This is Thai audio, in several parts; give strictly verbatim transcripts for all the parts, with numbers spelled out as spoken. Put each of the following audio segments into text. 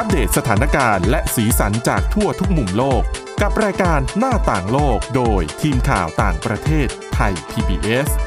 เดตสถานการณ์และสีสันจากทั่วทุกมุมโลกกับรายการหน้าต่างโลกโดยทีมข่าวต่างประเทศไทย พี บี เอส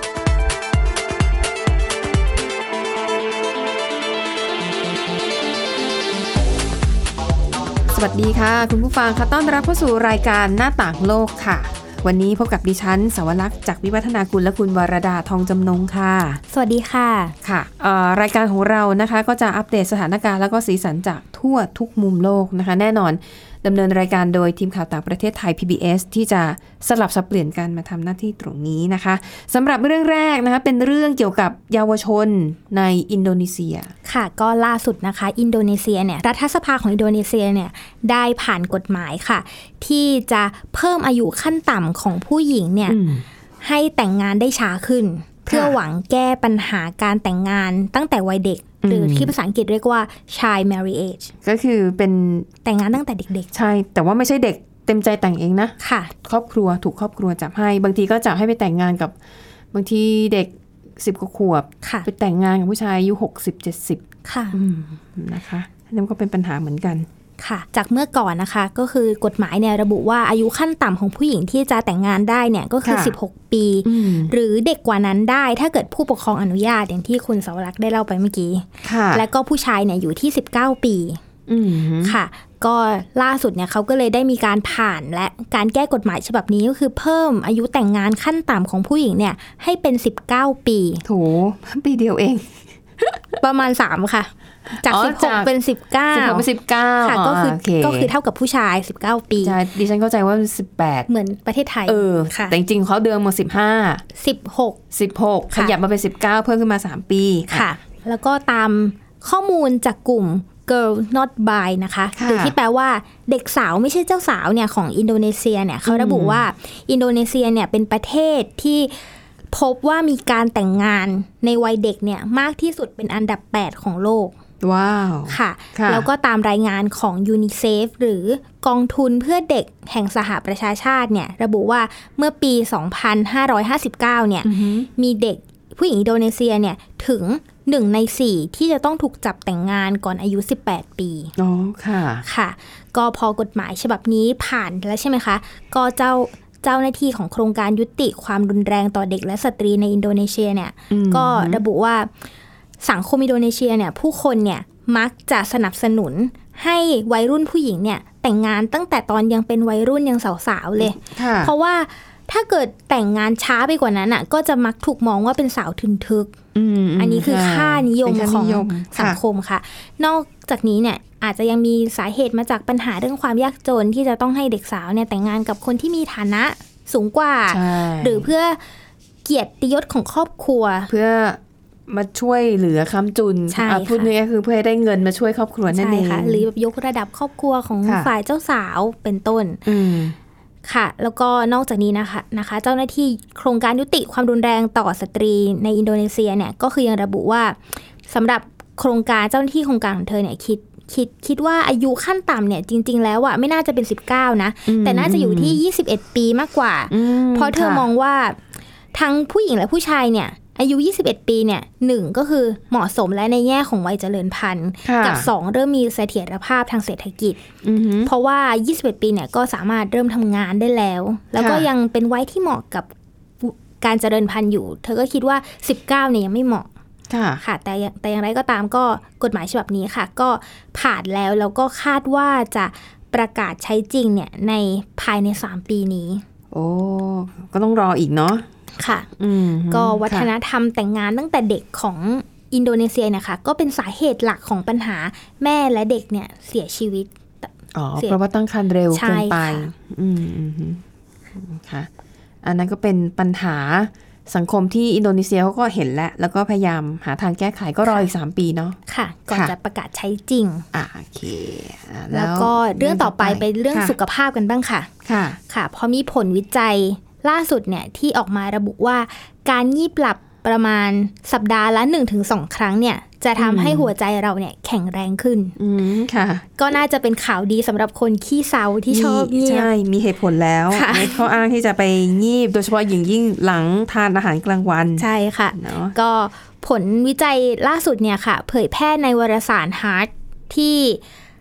สวัสดีค่ะคุณผู้ฟังค่ะต้อนรับเข้าสู่รายการหน้าต่างโลกค่ะวันนี้พบกับดิฉันสวรักษ์จากวิวัฒนากุลและคุณวรดาทองจำนงค่ะสวัสดีค่ะค่ะรายการของเรานะคะก็จะอัปเดตสถานการณ์แล้วก็สีสันจากทั่วทุกมุมโลกนะคะแน่นอนดำเนินรายการโดยทีมข่าวต่างประเทศไทย พี บี เอส ที่จะสลับสับเปลี่ยนกันมาทำหน้าที่ตรงนี้นะคะสำหรับเรื่องแรกนะคะเป็นเรื่องเกี่ยวกับเยาวชนในอินโดนีเซียค่ะก็ล่าสุดนะคะอินโดนีเซียเนี่ยรัฐสภาของอินโดนีเซียเนี่ยได้ผ่านกฎหมายค่ะที่จะเพิ่มอายุขั้นต่ำของผู้หญิงเนี่ยให้แต่งงานได้ช้าขึ้นเพื่อหวังแก้ปัญหาการแต่งงานตั้งแต่วัยเด็กหรือที่ภาษาอังกฤษเรียกว่า child marriage ก็คือเป็นแต่งงานตั้งแต่เด็กๆใช่แต่ว่าไม่ใช่เด็กเต็มใจแต่งเองนะค่ะครอบครัวถูกครอบครัวจับให้บางทีก็จับให้ไปแต่งงานกับบางทีเด็กสิบกว่าขวบไปแต่งงานกับผู้ชายอายุหกสิบ เจ็ดสิบค่ะนะคะนั่นก็เป็นปัญหาเหมือนกันค่ะจากเมื่อก่อนนะคะก็คือกฎหมายเนี่ยระบุว่าอายุขั้นต่ำของผู้หญิงที่จะแต่งงานได้เนี่ยก็คือสิบหกปีหรือเด็กกว่านั้นได้ถ้าเกิดผู้ปกครองอนุญาตอย่างที่คุณสวรักษ์ได้เล่าไปเมื่อกี้และก็ผู้ชายเนี่ยอยู่ที่สิบเก้าปีค่ะก็ล่าสุดเนี่ยเขาก็เลยได้มีการผ่านและการแก้กฎหมายฉบับนี้ก็คือเพิ่มอายุแต่งงานขั้นต่ำของผู้หญิงเนี่ยให้เป็นสิบเก้าปีโถปีเดียวเองประมาณสามค่ะจากสิบหกเป็นสิบเก้าสิบหกเป็นสิบเก้าค่ะก็คือก็คือเท่ากับผู้ชายสิบเก้าปีใช่ดิฉันเข้าใจว่าสิบแปดเหมือนประเทศไทยเออค่ะแต่จริงๆเขาเดิมมาสิบห้าสิบหกสิบหกขยับมาเป็นสิบเก้าเพิ่มขึ้นมาสามปีค่ะแล้วก็ตามข้อมูลจากกลุ่ม Girl Not Bi นะคะหรือที่แปลว่าเด็กสาวไม่ใช่เจ้าสาวเนี่ยของอินโดนีเซียเนี่ยเขาระบุว่าอินโดนีเซียเนี่ยเป็นประเทศที่พบว่ามีการแต่งงานในวัยเด็กเนี่ยมากที่สุดเป็นอันดับแปดของโลกว้าวค่ะ แล้วก็ตามรายงานของยูนิเซฟหรือกองทุนเพื่อเด็กแห่งสหประชาชาติเนี่ยระบุว่าเมื่อปีสองพันห้าร้อยห้าสิบเก้าเนี่ย mm-hmm. มีเด็กผู้หญิงอินโดนีเซียเนี่ยถึงหนึ่งในสี่ที่จะต้องถูกจับแต่งงานก่อนอายุสิบแปดปีอ๋อค่ะค่ะก็พอกฎหมายฉบับนี้ผ่านแล้วใช่ไหมคะก็เจ้าเจ้าหน้าที่ของโครงการยุติความรุนแรงต่อเด็กและสตรีในอินโดนีเซียเนี่ย mm-hmm. ก็ระบุว่าสังคมอินโดนีเซียเนี่ยผู้คนเนี่ยมักจะสนับสนุนให้วัยรุ่นผู้หญิงเนี่ยแต่งงานตั้งแต่ตอนยังเป็นวัยรุ่นยังสาวๆเลยเพราะว่าถ้าเกิดแต่งงานช้าไปกว่านั้นอ่ะก็จะมักถูกมองว่าเป็นสาวทึนทึก อ, อันนี้คือค่านิยมของสังคมค่ะนอกจากนี้เนี่ยอาจจะยังมีสาเหตุมาจากปัญหาเรื่องความยากจนที่จะต้องให้เด็กสาวเนี่ยแต่งงานกับคนที่มีฐานะสูงกว่าหรือเพื่อเกียรติยศของครอบครัวเพื่อมาช่วยเหลือค้ำจุนพูดง่ายๆคือเพื่อให้ได้เงินมาช่วยครอบครัวนั่นเองหรือแบบยกระดับครอบครัวของฝ่ายเจ้าสาวเป็นต้นค่ะแล้วก็นอกจากนี้นะคะนะคะเจ้าหน้าที่โครงการยุติความรุนแรงต่อสตรีในอินโดนีเซียเนี่ยก็คือยังระบุว่าสำหรับโครงการเจ้าหน้าที่โครงการของเธอเนี่ยคิดคิดคิดว่าอายุขั้นต่ำเนี่ยจริงๆแล้วอ่ะไม่น่าจะเป็นสิบเก้านะแต่น่าจะอยู่ที่ยี่สิบเอ็ดปีมากกว่าเพราะเธอมองว่าทั้งผู้หญิงและผู้ชายเนี่ยอายุยี่สิบเอ็ดปีเนี่ยหนึ่งก็คือเหมาะสมและในแง่ของวัยเจริญพันธุ์กับสองเริ่มมีเสถียรภาพทางเศรษฐกิจเพราะว่ายี่สิบเอ็ดปีเนี่ยก็สามารถเริ่มทำงานได้แล้วแล้วก็ยังเป็นวัยที่เหมาะกับการเจริญพันธุ์อยู่เธอก็คิดว่าสิบเก้าเนี่ยยังไม่เหมาะค่ะแต่แต่อย่างไรก็ตามก็กฎหมายฉบับนี้ค่ะก็ผ่านแล้วแล้วก็คาดว่าจะประกาศใช้จริงเนี่ยในภายในสามปีนี้โอ้ก็ต้องรออีกเนาะค่ะก็วัฒนธรรมแต่งงานตั้งแต่เด็กของอินโดนีเซียเนี่ยค่ะก็เป็นสาเหตุหลักของปัญหาแม่และเด็กเนี่ยเสียชีวิตอ๋อเพราะว่าตั้งครรภ์เร็วเกินไปอืมค่ะอันนั้นก็เป็นปัญหาสังคมที่อินโดนีเซียเขาก็เห็นแล้วแล้วก็พยายามหาทางแก้ไขก็รออีกสามปีเนาะค่ะก่อนจะประกาศใช้จริงอ่าโอเคแล้วก็เรื่องต่อไปเป็นเรื่องสุขภาพกันบ้างค่ะค่ะค่ะพอมีผลวิจัยล่าสุดเนี่ยที่ออกมาระบุว่าการงีบหลับประมาณสัปดาห์ละ หนึ่งถึงสอง ครั้งเนี่ยจะทำให้หัวใจเราเนี่ยแข็งแรงขึ้นอืมค่ะก็น่าจะเป็นข่าวดีสำหรับคนขี้เซาที่ชอบงีบใช่มีเหตุผลแล้วในข้ออ้างที่จะไปงีบโดยเฉพาะยิ่งยิ่งหลังทานอาหารกลางวันใช่ค่ะก็ผลวิจัยล่าสุดเนี่ยค่ะเผยแพร่ในวารสาร Heart ที่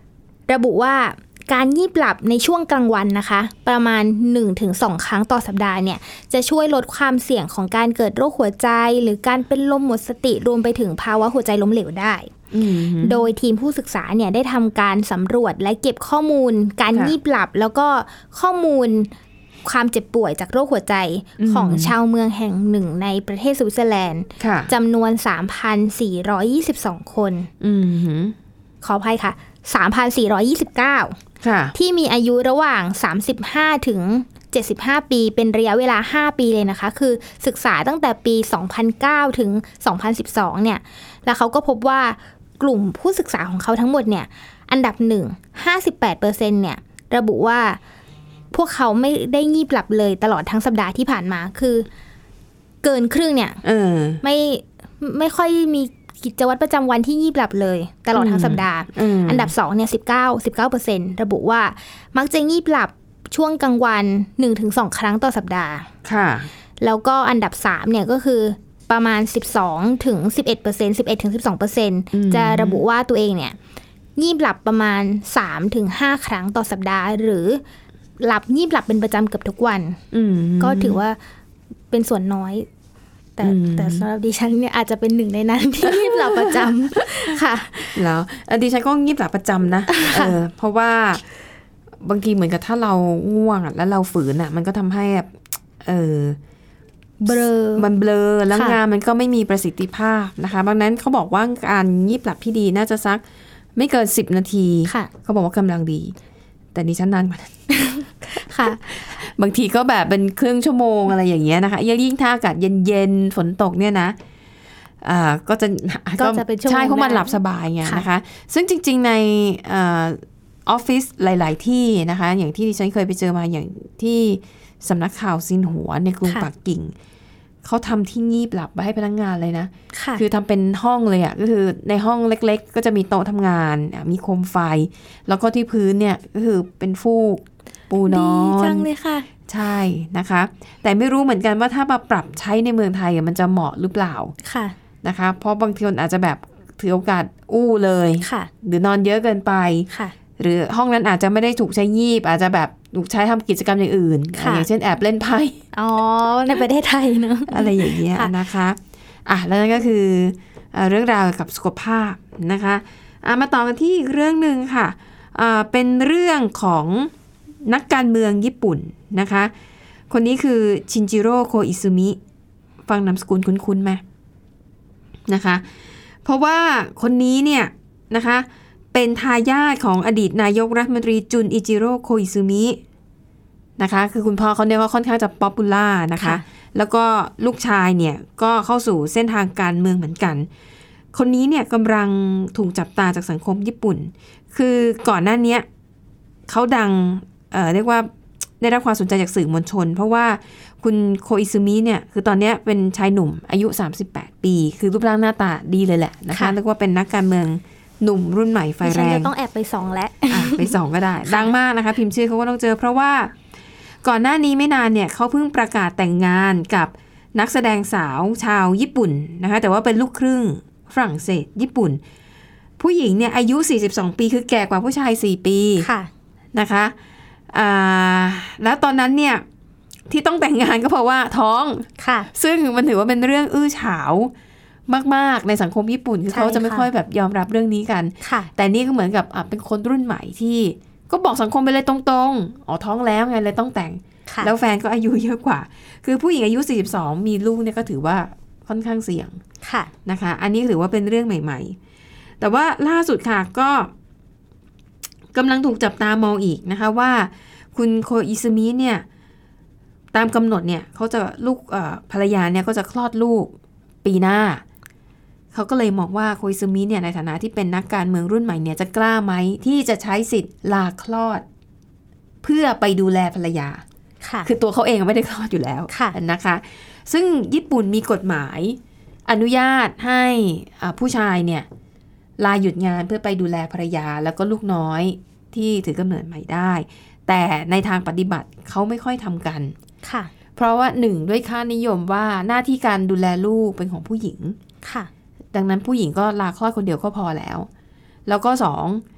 ระบุว่าการงีบหลับในช่วงกลางวันนะคะประมาณ หนึ่งถึงสอง ครั้งต่อสัปดาห์เนี่ยจะช่วยลดความเสี่ยงของการเกิดโรคหัวใจหรือการเป็นลมหมดสติรวมไปถึงภาวะหัวใจล้มเหลวได้โดยทีมผู้ศึกษาเนี่ยได้ทำการสำรวจและเก็บข้อมูลการงีบหลับแล้วก็ข้อมูลความเจ็บป่วยจากโรคหัวใจของชาวเมืองแห่งหนึ่งในประเทศสวิตเซอร์แลนด์จำนวน สามพันสี่ร้อยยี่สิบสอง คนขออภัยค่ะ สามพันสี่ร้อยยี่สิบเก้า ที่มีอายุระหว่างสามสิบห้าถึงเจ็ดสิบห้าปีเป็นระยะเวลาห้าปีเลยนะคะคือศึกษาตั้งแต่ปีสองพันเก้าถึงสองพันสิบสองเนี่ยแล้วเขาก็พบว่ากลุ่มผู้ศึกษาของเขาทั้งหมดเนี่ยอันดับหนึ่ง ห้าสิบแปดเปอร์เซ็นต์ เนี่ยระบุว่าพวกเขาไม่ได้งีบหลับเลยตลอดทั้งสัปดาห์ที่ผ่านมาคือเกินครึ่งเนี่ยไม่ไม่ค่อยมีกิจวัตรประจำวันที่งีบหลับเลยตลอดทั้งสัปดาห์อันดับสองเนี่ยสิบเก้า สิบเก้าเปอร์เซ็นต์ ระบุว่ามักจะงีบหลับช่วงกลางวัน หนึ่งถึงสอง ครั้งต่อสัปดาห์ค่ะแล้วก็อันดับสามเนี่ยก็คือประมาณสิบสองถึงสิบเอ็ดเปอร์เซ็นต์ สิบเอ็ดถึงสิบสองเปอร์เซ็นต์ จะระบุว่าตัวเองเนี่ยงีบหลับประมาณ สามถึงห้า ครั้งต่อสัปดาห์หรือหลับงีบหลับเป็นประจำเกือบทุกวันก็ถือว่าเป็นส่วนน้อยแต่แต่สำหรับดิฉันเนี่ยอาจจะเป็นหนึ่งในนั้นที่งีบหลับประจำค่ะแล้วดิฉันก็งีบหลับประจำนะเออเพราะว่าบางทีเหมือนกับถ้าเราง่วงแล้วเราฝืนอ่ะมันก็ทำให้แบบเออเบลอมันเบลอแล้วงานมันก็ไม่มีประสิทธิภาพนะคะดังนั้นเขาบอกว่าการงีบหลับที่ดีน่าจะสักไม่เกินสิบนาทีเขาบอกว่ากำลังดีแต่ดิฉันนานกว่านั้นค่ะบางทีก็แบบเป็นครึ่งชั่วโมงอะไรอย่างเงี้ยนะคะยิ่งถ้าอากาศเย็นๆฝนตกเนี่ยนะอ่าก็จะก็จะเป็นชั่วโมงใช่เพราะมันหลับสบายไงนะคะซึ่งจริงๆในอ่าออฟฟิศหลายๆที่นะคะอย่างที่ดิฉันเคยไปเจอมาอย่างที่สำนักข่าวซินหัวในกรุงปักกิ่งเขาทำที่งีบหลับไว้ให้พนักงานเลยนะคือทำเป็นห้องเลยอ่ะก็คือในห้องเล็กๆก็จะมีโต๊ะทำงานมีโคมไฟแล้วก็ที่พื้นเนี่ยก็คือเป็นฟูกปูนอนดีจังเลยค่ะใช่นะคะแต่ไม่รู้เหมือนกันว่าถ้ามาปรับใช้ในเมืองไทยมันจะเหมาะหรือเปล่าค่ะนะคะเพราะบางทีอาจจะแบบถือโอกาสอู้เลยหรือนอนเยอะเกินไปหรือห้องนั้นอาจจะไม่ได้ถูกใช้งีบอาจจะแบบถูกใช้ทำกิจกรรมอย่างอื่นอย่างเช่นแอบเล่นไพ่อ๋อในประเทศไทยเนอะอะไรอย่างเงี้ยนะคะอ่ะแล้วนั่นก็คือเรื่องราวกับสุขภาพนะคะอ่ะมาต่อกันที่เรื่องนึงค่ะอ่าเป็นเรื่องของนักการเมืองญี่ปุ่นนะคะคนนี้คือชินจิโร่โคอิซุมิฟังนามสกุลคุ้นๆไหมนะคะเพราะว่าคนนี้เนี่ยนะคะเป็นทายาทของอดีตนายกรัฐมนตรีจุนอิจิโร่โคอิซุมินะคะคือคุณพ่อเขาเนี่ยว่าค่อนข้างจะป๊อปปูล่านะคะแล้วก็ลูกชายเนี่ยก็เข้าสู่เส้นทางการเมืองเหมือนกันคนนี้เนี่ยกำลังถูกจับตาจากสังคมญี่ปุ่นคือก่อนหน้านี้เขาดัง เอ่อ เรียกว่าได้รับความสนใจจากสื่อมวลชนเพราะว่าคุณโคอิซุมิเนี่ยคือตอนนี้เป็นชายหนุ่มอายุสามสิบแปดปีคือรูปร่างหน้าตาดีเลยแหละนะคะเรียกว่าเป็นนักการเมืองหนุ่มรุ่นใหม่ไฟแรงฉันจะต้องแอบไปส่องและไปส่องก็ได้ดังมากนะคะพิมพ์ชื่อเขาก็ต้องเจอเพราะว่าก่อนหน้านี้ไม่นานเนี่ยเขาเพิ่งประกาศแต่งงานกับนักแสดงสาวชาวญี่ปุ่นนะคะแต่ว่าเป็นลูกครึ่งฝรั่งเศสญี่ปุ่นผู้หญิงเนี่ยอายุสี่สิบสองปีคือแก่กว่าผู้ชายสี่ปีนะคะอ่าแล้วตอนนั้นเนี่ยที่ต้องแต่งงานก็เพราะว่าท้องซึ่งมันถือว่าเป็นเรื่องอื้อฉาวมากๆในสังคมญี่ปุ่นคือเขาจะไม่ค่อยแบบยอมรับเรื่องนี้กันแต่นี่ก็เหมือนกับเป็นคนรุ่นใหม่ที่ก็บอกสังคมไปเลยตรงๆอ๋อท้องแล้วไงเลยต้องแต่งแล้วแฟนก็อายุเยอะกว่าคือผู้หญิงอายุสี่สิบสองมีลูกเนี่ยก็ถือว่าค่อนข้างเสี่ยงนะคะอันนี้ถือว่าเป็นเรื่องใหม่ๆแต่ว่าล่าสุดค่ะก็กำลังถูกจับตามองอีกนะคะว่าคุณโคอิซุมิเนี่ยตามกำหนดเนี่ยเขาจะลูกภรรยาเนี่ยก็จะคลอดลูกปีหน้าเขาก็เลยมองว่าโคอิซุมิเนี่ยในฐานะที่เป็นนักการเมืองรุ่นใหม่เนี่ยจะกล้าไหมที่จะใช้สิทธิ์ลาคลอดเพื่อไปดูแลภรรยาคือตัวเขาเองไม่ได้คลอดอยู่แล้วนะคะซึ่งญี่ปุ่นมีกฎหมายอนุญาตให้ผู้ชายเนี่ยลาหยุดงานเพื่อไปดูแลภรรยาแล้วก็ลูกน้อยที่ถือกำเนิดใหม่ได้แต่ในทางปฏิบัติเขาไม่ค่อยทำกันเพราะว่าหนึ่งด้วยค่านิยมว่าหน้าที่การดูแลลูกเป็นของผู้หญิงดังนั้นผู้หญิงก็ลาคลอดคนเดียวก็พอแล้วแล้วก็สอง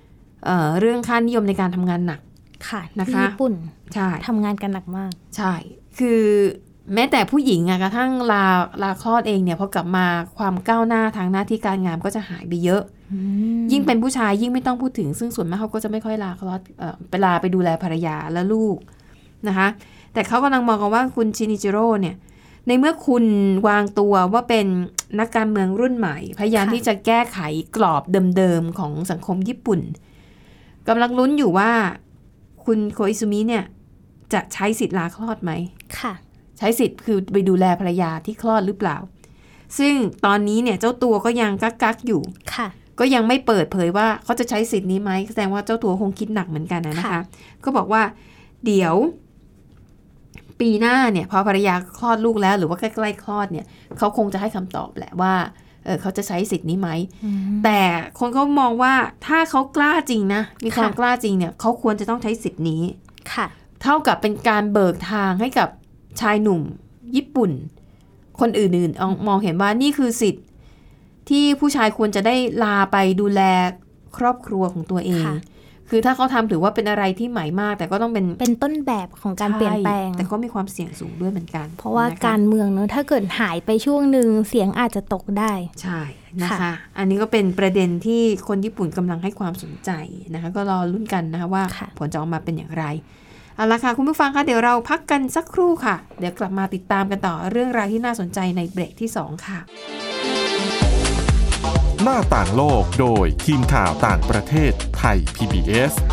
เอ่อเรื่องค่านิยมในการทำงานหนักค่ะนะคะญี่ปุ่นใช่ทำงานกันหนักมากใช่คือแม้แต่ผู้หญิงอะกระทั่งลาลาคลอดเองเนี่ยพอกลับมาความก้าวหน้าทางหน้าที่การงานก็จะหายไปเยอะยิ่งเป็นผู้ชายยิ่งไม่ต้องพูดถึงซึ่งส่วนมากเขาก็จะไม่ค่อยลาคลอดเอ่อไปลาไปดูแลภรรยาและลูกนะคะแต่เขากำลังมองกันว่าคุณชินิจิโร่เนี่ยในเมื่อคุณวางตัวว่าเป็นนักการเมืองรุ่นใหม่พยายามที่จะแก้ไขกรอบเดิมๆของสังคมญี่ปุ่นกำลังลุ้นอยู่ว่าคุณโคอิซุมิเนี่ยจะใช้สิทธิ์ลาคลอดไหมค่ะใช้สิทธิ์คือไปดูแลภรรยาที่คลอดหรือเปล่าซึ่งตอนนี้เนี่ยเจ้าตัวก็ยังกักๆอยู่ค่ะก็ยังไม่เปิดเผยว่าเขาจะใช้สิทธิ์นี้ไหมแสดงว่าเจ้าตัวคงคิดหนักเหมือนกันนะคะก็บอกว่าเดี๋ยวปีหน้าเนี่ยพอภรรยาคลอดลูกแล้วหรือว่าใกล้ๆคลอดเนี่ยเขาคงจะให้คำตอบแหละว่าเออเขาจะใช้สิทธิ์นี้ไหมแต่คนเขามองว่าถ้าเขากล้าจริงนะมีความกล้าจริงเนี่ยเขาควรจะต้องใช้สิทธิ์นี้ค่ะเท่ากับเป็นการเบิกทางให้กับชายหนุ่มญี่ปุ่นคนอื่นๆมองเห็นว่านี่คือสิทธิ์ที่ผู้ชายควรจะได้ลาไปดูแลครอบครัวของตัวเองคือถ้าเขาทำถือว่าเป็นอะไรที่ใหม่มากแต่ก็ต้องเป็นเป็นต้นแบบของการเปลี่ยนแปลงแต่ก็มีความเสี่ยงสูงด้วยเหมือนกันเพราะว่าการเมืองเนอะถ้าเกิดหายไปช่วงหนึ่งเสียงอาจจะตกได้ใช่นะคะอันนี้ก็เป็นประเด็นที่คนญี่ปุ่นกำลังให้ความสนใจนะคะก็รอลุ้นกันนะคะว่าผลจะออกมาเป็นอย่างไรเอาละค่ะคุณผู้ฟังคะเดี๋ยวเราพักกันสักครู่ค่ะเดี๋ยวกลับมาติดตามกันต่อเรื่องราวที่น่าสนใจในเบรกที่สองค่ะหน้าต่างโลกโดยทีมข่าวต่างประเทศไทย พี บี เอส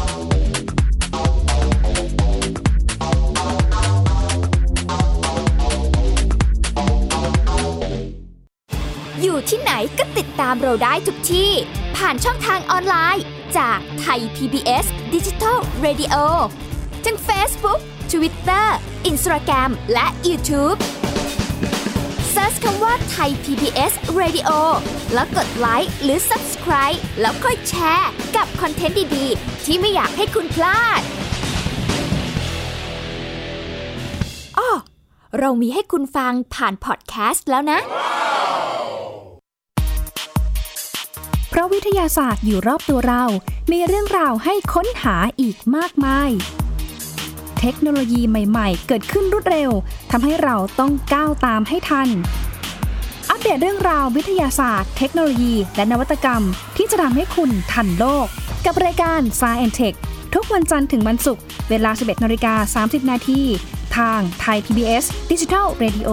อยู่ที่ไหนก็ติดตามเราได้ทุกที่ผ่านช่องทางออนไลน์จากไทย พี บี เอส Digital Radio ทั้ง Facebook, Twitter, Instagram และ YouTubeเซิร์ชคำว่าไทย พี บี เอส Radio แล้วกดไลค์หรือ Subscribe แล้วค่อยแชร์กับคอนเทนต์ดีๆที่ไม่อยากให้คุณพลาดอ้อเรามีให้คุณฟังผ่านพอดแคสต์แล้วนะเพราะวิทยาศาสตร์อยู่รอบตัวเรามีเรื่องราวให้ค้นหาอีกมากมายเทคโนโลยีใหม่ๆเกิดขึ้นรวดเร็วทำให้เราต้องก้าวตามให้ทันอัปเดตเรื่องราววิทยาศาสตร์เทคโนโลยีและนวัตกรรมที่จะทำให้คุณทันโลกกับรายการ Science แอนด์ Tech ทุกวันจันทร์ถึงวันศุกร์เวลา สิบเอ็ดนาฬิกาสามสิบนาที ทางไทย พี บี เอส Digital Radio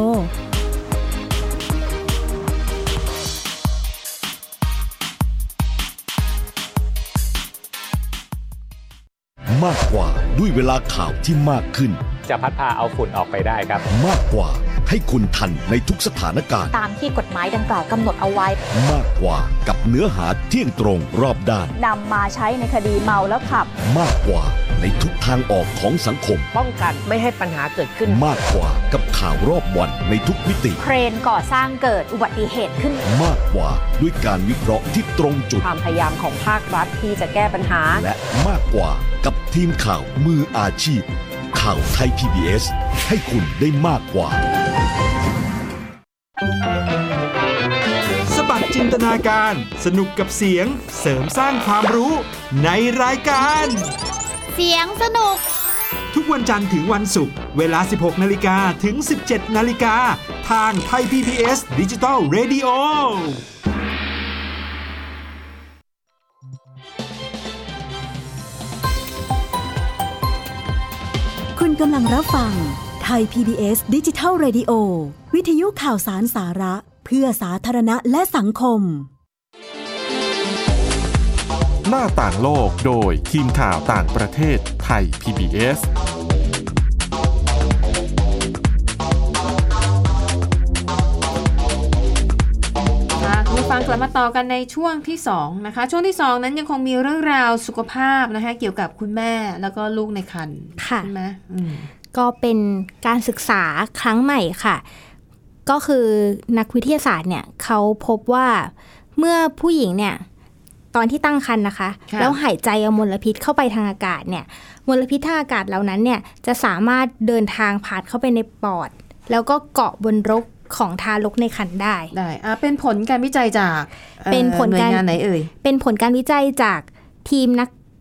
มากกว่าด้วยเวลาข่าวที่มากขึ้นจะพัดพาเอาฝุ่นออกไปได้ครับมากกว่าให้คุณทันในทุกสถานการณ์ตามที่กฎหมายดังกล่าวกำหนดเอาไว้มากกว่ากับเนื้อหาเที่ยงตรงรอบด้านนำมาใช้ในคดีเมาแล้วขับมากกว่าในทุกทางออกของสังคมป้องกันไม่ให้ปัญหาเกิดขึ้นมากกว่ากับข่าวรอบวันในทุกมิติเครนก่อสร้างเกิดอุบัติเหตุขึ้นมากกว่าด้วยการวิเคราะห์ที่ตรงจุดความพยายามของภาครัฐที่จะแก้ปัญหาและมากกว่ากับทีมข่าวมืออาชีพข่าวไทย พี บี เอส ให้คุณได้มากกว่าสบัดจินตนาการสนุกกับเสียงเสริมสร้างความรู้ในรายการเสียงสนุกทุกวันจันทร์ถึงวันศุกร์เวลา สิบหกนาฬิกา ถึง สิบเจ็ดนาฬิกา ทางไทย พี บี เอส Digital Radio คุณกำลังรับฟังไทย พี บี เอส Digital Radio วิทยุข่าวสารสาระเพื่อสาธารณะและสังคมหน้าต่างโลกโดยทีมข่าวต่างประเทศไทย พี บี เอสคุณฟังกลับมาต่อกันในช่วงที่สองนะคะช่วงที่สองนั้นยังคงมีเรื่องราวสุขภาพนะคะเกี่ยวกับคุณแม่แล้วก็ลูกในครรภ์ใช่ไหมก็เป็นการศึกษาครั้งใหม่ค่ะก็คือนักวิทยาศาสตร์เนี่ยเขาพบว่าเมื่อผู้หญิงเนี่ยตอนที่ตั้งครรภ์นะคะแล้วหายใจเอามลพิษเข้าไปทางอากาศเนี่ยมลพิษทางอากาศเหล่านั้นเนี่ยจะสามารถเดินทางผ่านเข้าไปในปอดแล้วก็เกาะบนรกของทารกในครรภ์ได้ได้อ่ะเป็นผลการวิจัยจากเป็นผลการไหนเอ่ยเป็นผลการวิจัยจากทีมนัก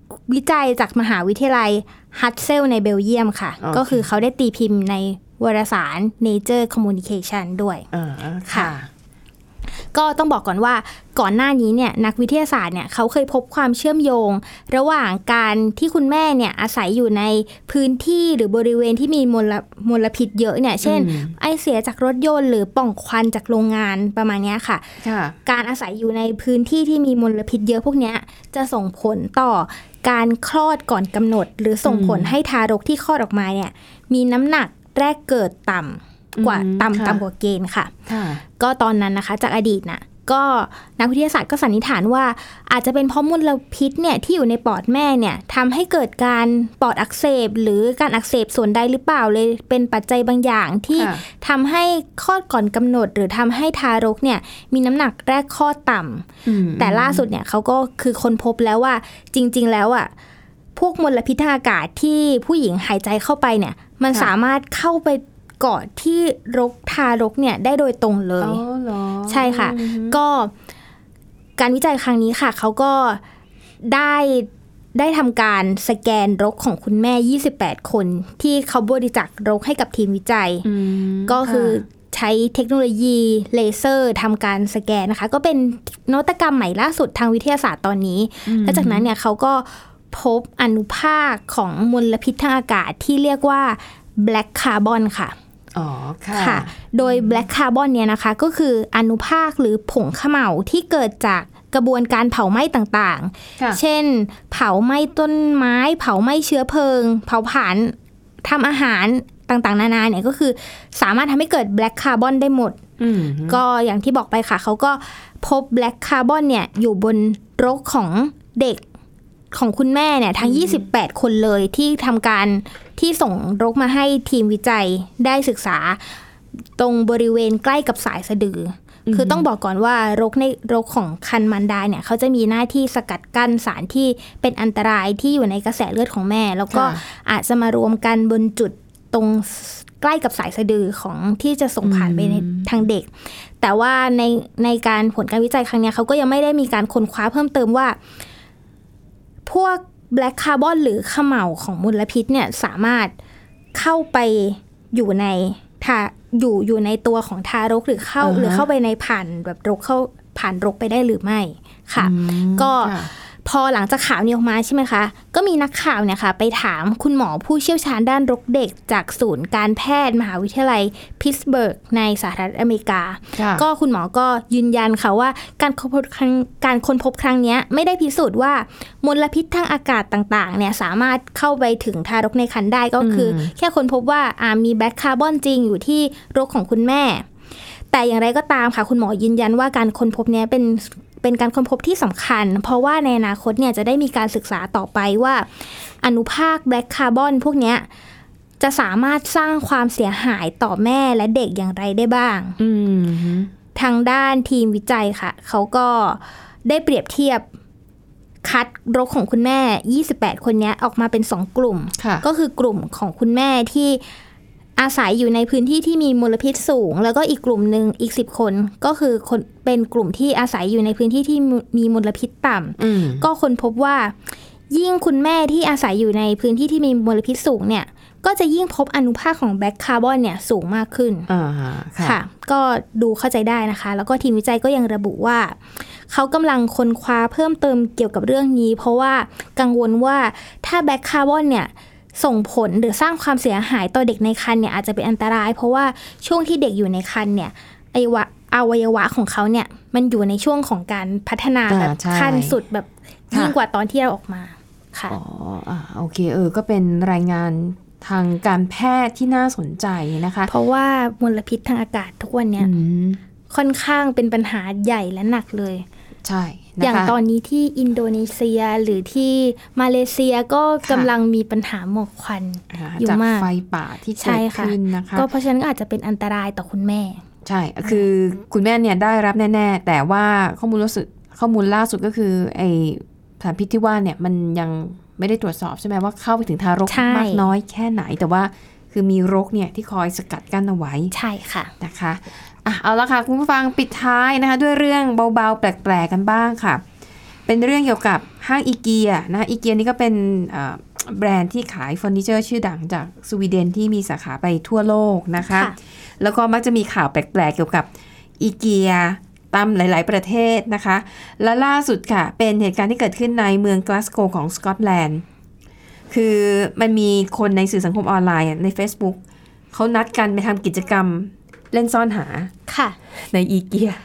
วิจัยจากมหาวิทยาลัยฮัตเซลในเบลเยียมค่ะ okay. ก็คือเขาได้ตีพิมพ์ในวารสาร Nature Communication ด้วยค่ะก็ต้องบอกก่อนว่าก่อนหน้านี้เนี่ยนักวิทยาศาสตร์เนี่ยเขาเคยพบความเชื่อมโยงระหว่างการที่คุณแม่เนี่ยอาศัยอยู่ในพื้นที่หรือบริเวณที่มีมลมลพิษเยอะเนี่ยเช่นไอเสียจากรถยนต์หรือปล่องควันจากโรงงานประมาณนี้ค่ะการอาศัยอยู่ในพื้นที่ที่มีมลพิษเยอะพวกนี้จะส่งผลต่อการคลอดก่อนกำหนดหรือส่งผลให้ทารกที่คลอดออกมาเนี่ยมีน้ำหนักแรกเกิดต่ำกว่าต่ำต่ำกว่าเกณฑ์ค่ะก็ตอนนั้นนะคะจากอดีตนะก็นักวิทยาศาสตร์ก็สันนิษฐานว่าอาจจะเป็นเพราะมลพิษเนี่ยที่อยู่ในปอดแม่เนี่ยทำให้เกิดการปอดอักเสบหรือการอักเสบส่วนใดหรือเปล่าเลยเป็นปัจจัยบางอย่างที่ทำให้คลอดก่อนกำหนดหรือทำให้ทารกเนี่ยมีน้ำหนักแรกคลอดต่ำแต่ล่าสุดเนี่ยเขาก็คือค้นพบแล้วว่าจริงๆแล้วอ่ะพวกมลพิษทางอากาศที่ผู้หญิงหายใจเข้าไปเนี่ยมันสามารถเข้าไปเกาะที่รกทารกเนี่ยได้โดยตรงเลยใช่ค่ะก็การวิจัยครั้งนี้ค่ะเขาก็ได้ได้ทำการสแกนรกของคุณแม่ยี่สิบแปดคนที่เขาบริจาครกให้กับทีมวิจัยก็คือใช้เทคโนโลยีเลเซอร์ทำการสแกนนะคะก็เป็นนวัตกรรมใหม่ล่าสุดทางวิทยาศาสตร์ตอนนี้และจากนั้นเนี่ยเขาก็พบอนุภาคของมลพิษทางอากาศที่เรียกว่า black carbon ค่ะอ๋อค่ะค่ะโดย black carbon เนี่ยนะคะก็คืออนุภาคหรือผงเขม่าที่เกิดจากกระบวนการเผาไหม้ต่างๆเช่นเผาไหม้ต้นไม้เผาไหม้เชื้อเพลิงเผาผลาญทำอาหารต่างๆนานาเนี่ยก็คือสามารถทำให้เกิด black carbon ได้หมดก็อย่างที่บอกไปค่ะเขาก็พบ black carbon เนี่ยอยู่บนรกของเด็กของคุณแม่เนี่ยทั้งยี่สิบแปดคนเลยที่ทำการที่ส่งรกมาให้ทีมวิจัยได้ศึกษาตรงบริเวณใกล้กับสายสะดือคือต้องบอกก่อนว่ารกในรกของครรภ์มารดาเนี่ยเขาจะมีหน้าที่สกัดกั้นสารที่เป็นอันตรายที่อยู่ในกระแสเลือดของแม่แล้วก็อาจจะมารวมกันบนจุดตรงใกล้กับสายสะดือของที่จะส่งผ่านไปในทางเด็กแต่ว่าในในการผลการวิจัยครั้งนี้เขาก็ยังไม่ได้มีการค้นคว้าเพิ่มเติมว่าพวก black carbon หรือเขม่าของมลพิษเนี่ยสามารถเข้าไปอยู่ในทาอยู่อยู่ในตัวของทารกหรือเข้า uh-huh. หรือเข้าไปในผ่านแบบรกเข้าผ่านรกไปได้หรือไม่ค่ะก็พอหลังจากข่าวนี้ออกมาใช่ไหมคะก็มีนักข่าวเนี่ยค่ะไปถามคุณหมอผู้เชี่ยวชาญด้านรกเด็กจากศูนย์การแพทย์มหาวิทยาลัยพิตต์สเบิร์กในสหรัฐอเมริกาก็คุณหมอก็ยืนยันค่ะว่าการค้นพบครั้งการค้นพบครั้งนี้ไม่ได้พิสูจน์ว่ามลพิษทางอากาศต่างๆเนี่ยสามารถเข้าไปถึงทารกในครรภ์ได้ก็คือแค่ค้นพบว่าอ่ามีแบล็คคาร์บอนจริงอยู่ที่รกของคุณแม่แต่อย่างไรก็ตามค่ะคุณหมอยืนยันว่าการค้นพบนี้เป็นเป็นการค้นพบที่สำคัญเพราะว่าในอนาคตเนี่ยจะได้มีการศึกษาต่อไปว่าอนุภาคแบล็คคาร์บอนพวกนี้จะสามารถสร้างความเสียหายต่อแม่และเด็กอย่างไรได้บ้างทางด้านทีมวิจัยค่ะเขาก็ได้เปรียบเทียบคัดรกของคุณแม่ยี่สิบแปดคนนี้ออกมาเป็นสองกลุ่มก็คือกลุ่มของคุณแม่ที่อาศัยอยู่ในพื้นที่ที่มีมลพิษสูงแล้วก็อีกกลุ่มหนึ่งอีกสิบคนก็คือคนเป็นกลุ่มที่อาศัยอยู่ในพื้นที่ที่มีมลพิษต่ำก็ค้นพบว่ายิ่งคุณแม่ที่อาศัยอยู่ในพื้นที่ที่มีมลพิษสูงเนี่ยก็จะยิ่งพบอนุภาคของแบล็คคาร์บอนเนี่ยสูงมากขึ้นค่ะก็ดูเข้าใจได้นะคะแล้วก็ทีมวิจัยก็ยังระบุว่าเขากำลังค้นคว้าเพิ่มเติมเกี่ยวกับเรื่องนี้เพราะว่ากังวลว่าถ้าแบล็คคาร์บอนเนี่ยส่งผลหรือสร้างความเสียหายต่อเด็กในครรภ์เนี่ยอาจจะเป็นอันตรายเพราะว่าช่วงที่เด็กอยู่ในครรภ์เนี่ยอวัยวะอวัยวะของเขาเนี่ยมันอยู่ในช่วงของการพัฒนาแบบขั้นสุดแบบยิ่งกว่าตอนที่เราออกมาค่ะอ๋ออ่าโอเคเออก็เป็นรายงานทางการแพทย์ที่น่าสนใจนะคะเพราะว่ามลพิษทางอากาศทุกวันเนี่ยค่อนข้างเป็นปัญหาใหญ่และหนักเลยใช่อย่างตอนนี้ที่อินโดนีเซียหรือที่มาเลเซียก็กำลังมีปัญหาหมอกควันอยู่มากจากไฟป่าที่เกิดขึ้นนะคะก็เพราะฉะนั้นก็อาจจะเป็นอันตรายต่อคุณแม่ใช่คือคุณแม่เนี่ยได้รับแน่ๆแต่ว่าข้อมูลล่าสุดข้อมูลล่าสุดก็คือไอสารพิษที่ว่าเนี่ยมันยังไม่ได้ตรวจสอบใช่ไหมว่าเข้าไปถึงทารกมากน้อยแค่ไหนแต่ว่าคือมีรกเนี่ยที่คอยสกัดกั้นเอาไว้ใช่ค่ะนะคะอ่ะเอาละค่ะคุณผู้ฟังปิดท้ายนะคะด้วยเรื่องเบาๆแปลกๆกันบ้างค่ะเป็นเรื่องเกี่ยวกับห้างอีเกียนะอีเกียนี่ก็เป็นแบรนด์ที่ขายเฟอร์นิเจอร์ชื่อดังจากสวีเดนที่มีสาขาไปทั่วโลกนะคะแล้วก็มักจะมีข่าวแปลกๆเกี่ยวกับอีเกียตามหลายๆประเทศนะคะและล่าสุดค่ะเป็นเหตุการณ์ที่เกิดขึ้นในเมืองกลาสโกของสกอตแลนด์คือมันมีคนในสื่อสังคมออนไลน์ใน Facebook เขานัดกันไปทำกิจกรรมเล่นซ่อนหาค่ะในอีเกีย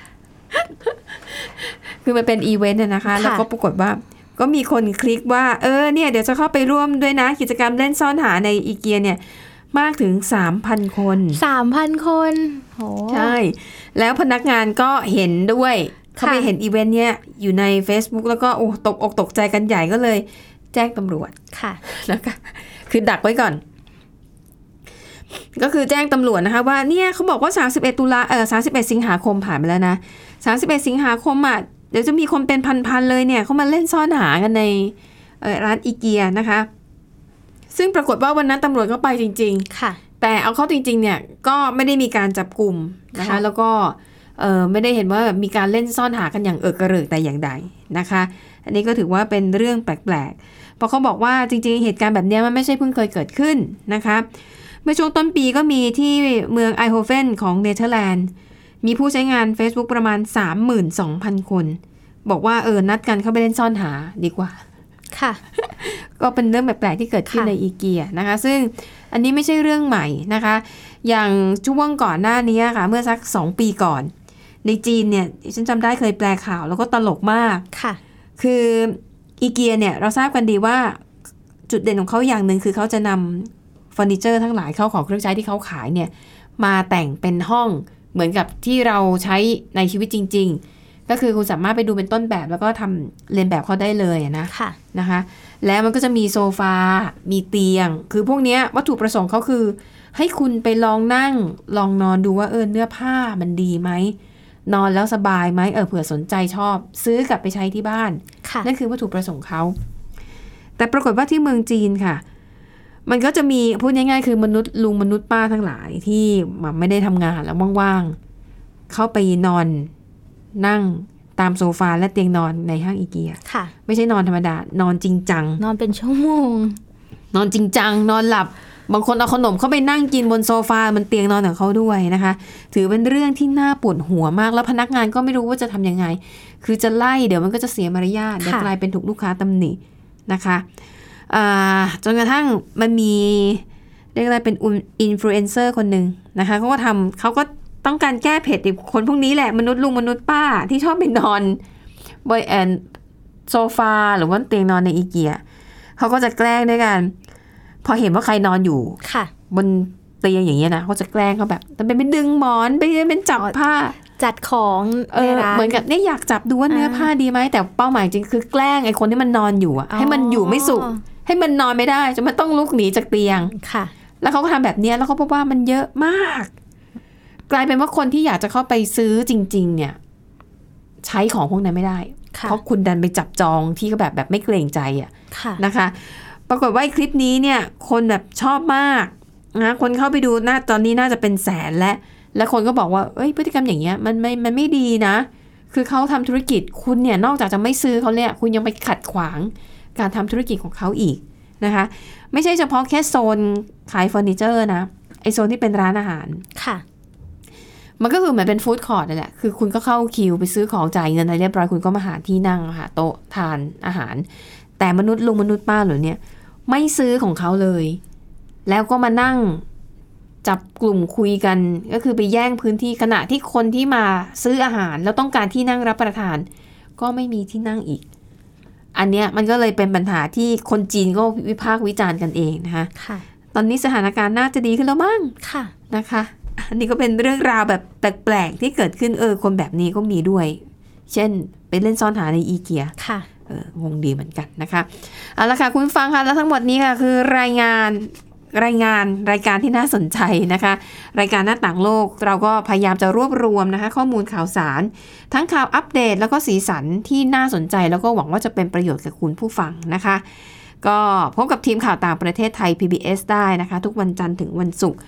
คือมันเป็นอีเวนต์นะคะแล้วก็ปรากฏว่าก็มีคนคลิกว่าเออเนี่ยเดี๋ยวจะเข้าไปร่วมด้วยนะกิจกรรมเล่นซ่อนหาในอีเกียเนี่ยมากถึง สามพัน คนสามพัน คนโหใช่แล้วพนักงานก็เห็นด้วยเขาไปเห็นอีเวนต์เนี้ยอยู่ใน Facebook แล้วก็โอ้ตกอกตกใจกันใหญ่ก็เลยแจ้งตำรวจค่ะแล้วก็คือดักไว้ก่อนก็คือแจ้งตำรวจนะคะว่าเนี่ยเขาบอกว่าสามสิบเอ็ดตุลาเออสามสิบเอ็ดสิงหาคมผ่านไปแล้วนะสามสิบเอ็ดสิงหาคมอ่ะเดี๋ยวจะมีคนเป็นพันๆเลยเนี่ยเขามาเล่นซ่อนหากันในร้านอีเกียนะคะซึ่งปรากฏว่าวันนั้นตำรวจก็ไปจริงๆค่ะแต่เอาเข้าจริงๆเนี่ยก็ไม่ได้มีการจับกลุ่มนะคะแล้วก็เออไม่ได้เห็นว่ามีการเล่นซ่อนหากันอย่างเอิกกระเริกแต่อย่างใดนะคะอันนี้ก็ถือว่าเป็นเรื่องแปลกๆเพราะเขาบอกว่าจริงๆเหตุการณ์แบบนี้มันไม่ใช่เพิ่งเคยเกิดขึ้นนะคะเมื่อช่วงต้นปีก็มีที่เมืองไอโฮเฟนของเนเธอร์แลนด์มีผู้ใช้งาน Facebook ประมาณ สามหมื่นสองพัน คนบอกว่าเออนัดกันเข้าไปเล่นซ่อนหาดีกว่าค่ะก็เป็นเรื่องแปลกๆที่เกิดขึ้นในอีเกียนะคะซึ่งอันนี้ไม่ใช่เรื่องใหม่นะคะอย่างช่วงก่อนหน้านี้ค่ะเมื่อสักสองปีก่อนในจีนเนี่ยฉันจำได้เคยแปลข่าวแล้วก็ตลกมากค่ะคืออีเกียเนี่ยเราทราบกันดีว่าจุดเด่นของเขาอย่างหนึ่งคือเขาจะนำเฟอร์นิเจอร์ทั้งหลายเข้าของเครื่องใช้ที่เขาขายเนี่ยมาแต่งเป็นห้องเหมือนกับที่เราใช้ในชีวิตจริงๆก็คือคุณสามารถไปดูเป็นต้นแบบแล้วก็ทำเรียนแบบเขาได้เลยนะค่ะนะคะแล้วมันก็จะมีโซฟามีเตียงคือพวกนี้วัตถุประสงค์เขาคือให้คุณไปลองนั่งลองนอนดูว่าเออเนื้อผ้ามันดีไหมนอนแล้วสบายไหมเออเผื่อสนใจชอบซื้อกลับไปใช้ที่บ้านนั่นคือวัตถุประสงค์เขาแต่ปรากฏว่าที่เมืองจีนค่ะมันก็จะมีพูดง่ายๆคือมนุษย์ลุงมนุษย์ป้าทั้งหลายที่ไม่ได้ทำงานแล้วว่างๆเข้าไปนอนนั่งตามโซฟาและเตียงนอนในห้างอีเกียค่ะไม่ใช่นอนธรรมดานอนจริงจังนอนเป็นชั่วโมงนอนจริงจังนอนหลับบางคนเอาขนมเข้าไปนั่งกินบนโซฟามันเตียงนอนของเขาด้วยนะคะถือเป็นเรื่องที่น่าปวดหัวมากแล้วพนักงานก็ไม่รู้ว่าจะทำยังไงคือจะไล่เดี๋ยวมันก็จะเสียมารยาทเดี๋ยวกลายเป็นถูกลูกค้าตำหนินะคะจนกระทั่งมันมีเรียกอะไรเป็นอินฟลูเอนเซอร์คนหนึ่งนะคะเขาก็ทำเขาก็ต้องการแก้เผ็ดอีกคนพวกนี้แหละมนุษย์ลุงมนุษย์ป้าที่ชอบไปนอนบนแอนโซฟาหรือว่าเตียงนอนในอีเกียเขาก็จะแกล้งด้วยกันพอเห็นว่าใครนอนอยู่บนเตียงอย่างเงี้ยนะเขาจะแกล้งเขาแบบแต่เป็นไปดึงหมอนไปเป็นจับผ้าจัดของเออเหมือนกับเนี่ยอยากจับดูว่าเนื้อผ้าดีไหมแต่เป้าหมายจริงคือแกล้งไอ้คนที่มันนอนอยู่อะให้มันอยู่ไม่สุขให้มันนอนไม่ได้จนมันต้องลุกหนีจากเตียงค่ะแล้วเขาก็ทำแบบนี้แล้วเขาพบว่ามันเยอะมากกลายเป็นว่าคนที่อยากจะเข้าไปซื้อจริงๆเนี่ยใช้ของพวกนั้นไม่ได้เพราะคุณดันไปจับจองที่เขาแบบแบบไม่เกรงใจอ่ะนะคะปรากฏว่าคลิปนี้เนี่ยคนแบบชอบมากนะคนเข้าไปดูน่าตอนนี้น่าจะเป็นแสนและและคนก็บอกว่าเอ้ยพฤติกรรมอย่างเงี้ยมันไม่มันไม่ดีนะคือเขาทำธุรกิจคุณเนี่ยนอกจากจะไม่ซื้อเขาเนี่ยคุณยังไปขัดขวางการทำธุรกิจของเขาอีกนะคะไม่ใช่เฉพาะแค่โซนขายเฟอร์นิเจอร์นะไอโซนที่เป็นร้านอาหารค่ะมันก็คือเหมือนเป็นฟู้ดคอร์ทนั่นแหละคือคุณก็เข้าคิวไปซื้อของจ่ายเงินอะไรเรียบร้อยคุณก็มาหาที่นั่งหาโต๊ะทานอาหารแต่มนุษย์ลุงมนุษย์ป้าเหล่านี้ไม่ซื้อของเขาเลยแล้วก็มานั่งจับกลุ่มคุยกันก็คือไปแย่งพื้นที่ขณะที่คนที่มาซื้ออาหารแล้วต้องการที่นั่งรับประทานก็ไม่มีที่นั่งอีกอันเนี้ยมันก็เลยเป็นปัญหาที่คนจีนก็วิพากษ์วิจารณ์กันเองนะคะตอนนี้สถานการณ์น่าจะดีขึ้นแล้วมั้งนะคะอันนี้ก็เป็นเรื่องราวแบบแปลกๆที่เกิดขึ้นเออคนแบบนี้ก็มีด้วยเช่นไปเล่นซ่อนหาในอีเกียค่ะเอองงดีเหมือนกันนะคะเอาละค่ะคุณฟังค่ะแล้วทั้งหมดนี้ค่ะคือรายงานรายงานรายการที่น่าสนใจนะคะรายการหน้าต่างโลกเราก็พยายามจะรวบรวมนะคะข้อมูลข่าวสารทั้งข่าวอัปเดตแล้วก็สีสันที่น่าสนใจแล้วก็หวังว่าจะเป็นประโยชน์กับคุณผู้ฟังนะคะก็พบกับทีมข่าวต่างประเทศไทย พี บี เอส ได้นะคะทุกวันจันทร์ถึงวันศุกร์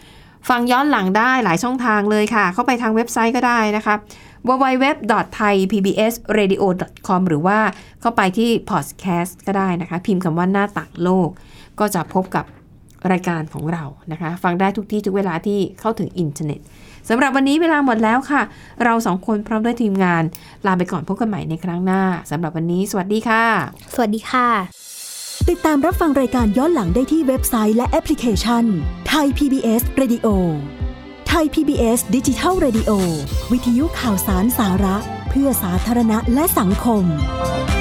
ฟังย้อนหลังได้หลายช่องทางเลยค่ะเข้าไปทางเว็บไซต์ก็ได้นะคะ ดับเบิลยู ดับเบิลยู ดับเบิลยู ดอท ไทย พี บี เอส เรดิโอ ดอท คอม หรือว่าเข้าไปที่ Podcast ก็ได้นะคะพิมพ์คำว่าหน้าต่างโลกก็จะพบกับรายการของเรานะคะฟังได้ทุกที่ทุกเวลาที่เข้าถึงอินเทอร์เน็ตสำหรับวันนี้เวลาหมดแล้วค่ะเราสองคนพร้อมด้วยทีมงานลาไปก่อนพบกันใหม่ในครั้งหน้าสำหรับวันนี้สวัสดีค่ะสวัสดีค่ะติดตามรับฟังรายการย้อนหลังได้ที่เว็บไซต์และแอปพลิเคชัน Thai พี บี เอส Radio Thai พี บี เอส Digital Radio วิทยุข่าวสารสาระเพื่อสาธารณะและสังคม